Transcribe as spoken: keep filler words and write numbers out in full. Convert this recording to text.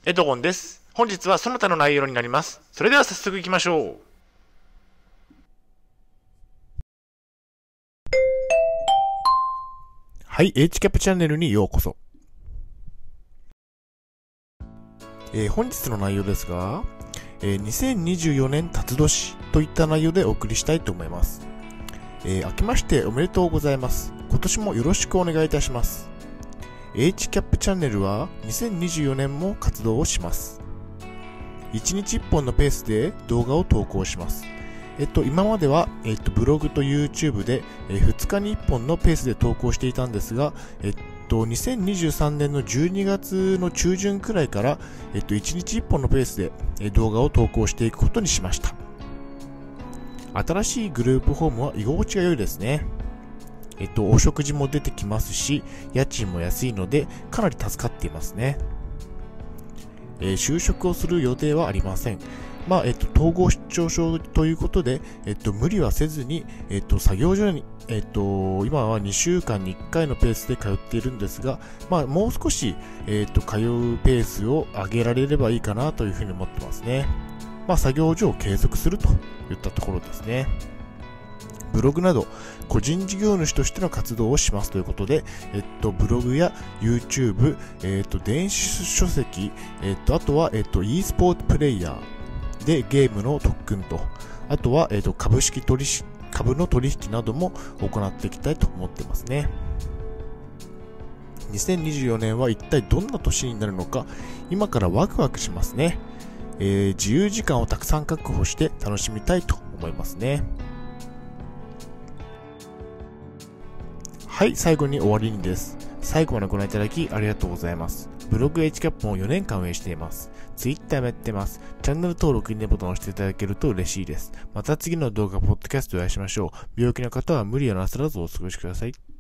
エドゴンです。本日はその他の内容になります。それでは早速いきましょう。 はい、H キャップチャンネルにようこそ。えー、本日の内容ですが、えー、にせんにじゅうよねん辰年といった内容でお送りしたいと思います。えー、明けましておめでとうございます。今年もよろしくお願いいたします。H キャップチャンネルはにせんにじゅうよねんも活動をします。いちにちいっぽんのペースで動画を投稿します。えっと、今までは、えっと、ブログと YouTube で、えー、ふつかにいっぽんのペースで投稿していたんですが、えっと、にせんにじゅうさんねんのじゅうにがつの中旬くらいから、えっと、いちにちいっぽんのペースで、えー、動画を投稿していくことにしました。新しいグループホームは居心地が良いですね。えっと、お食事も出てきますし、家賃も安いので、かなり助かっていますね。えー、就職をする予定はありません。まあ、えっと、統合失調症ということで、えっと、無理はせずに、えっと、作業所に、えっと、今はにしゅうかんにいっかいのペースで通っているんですが、まあ、もう少し、えっと、通うペースを上げられればいいかなというふうに思ってますね。まあ、作業所を継続するといったところですね。ブログなど個人事業主としての活動をしますということで、えっと、ブログや YouTube、えっと、電子書籍、えっと、あとは、えっと、e スポーツプレイヤーでゲームの特訓と、あとは、えっと、株式取引、株の取引なども行っていきたいと思ってますね。にせんにじゅうよねんは一体どんな年になるのか、今からワクワクしますね。えー、自由時間をたくさん確保して楽しみたいと思いますね。はい、最後に終わりにです。最後までご覧いただきありがとうございます。ブログ H キャップもよねんかん運営しています。Twitter もやってます。チャンネル登録、いいねボタンを押していただけると嬉しいです。また次の動画、ポッドキャストでお会いしましょう。病気の方は無理をなさらずお過ごしください。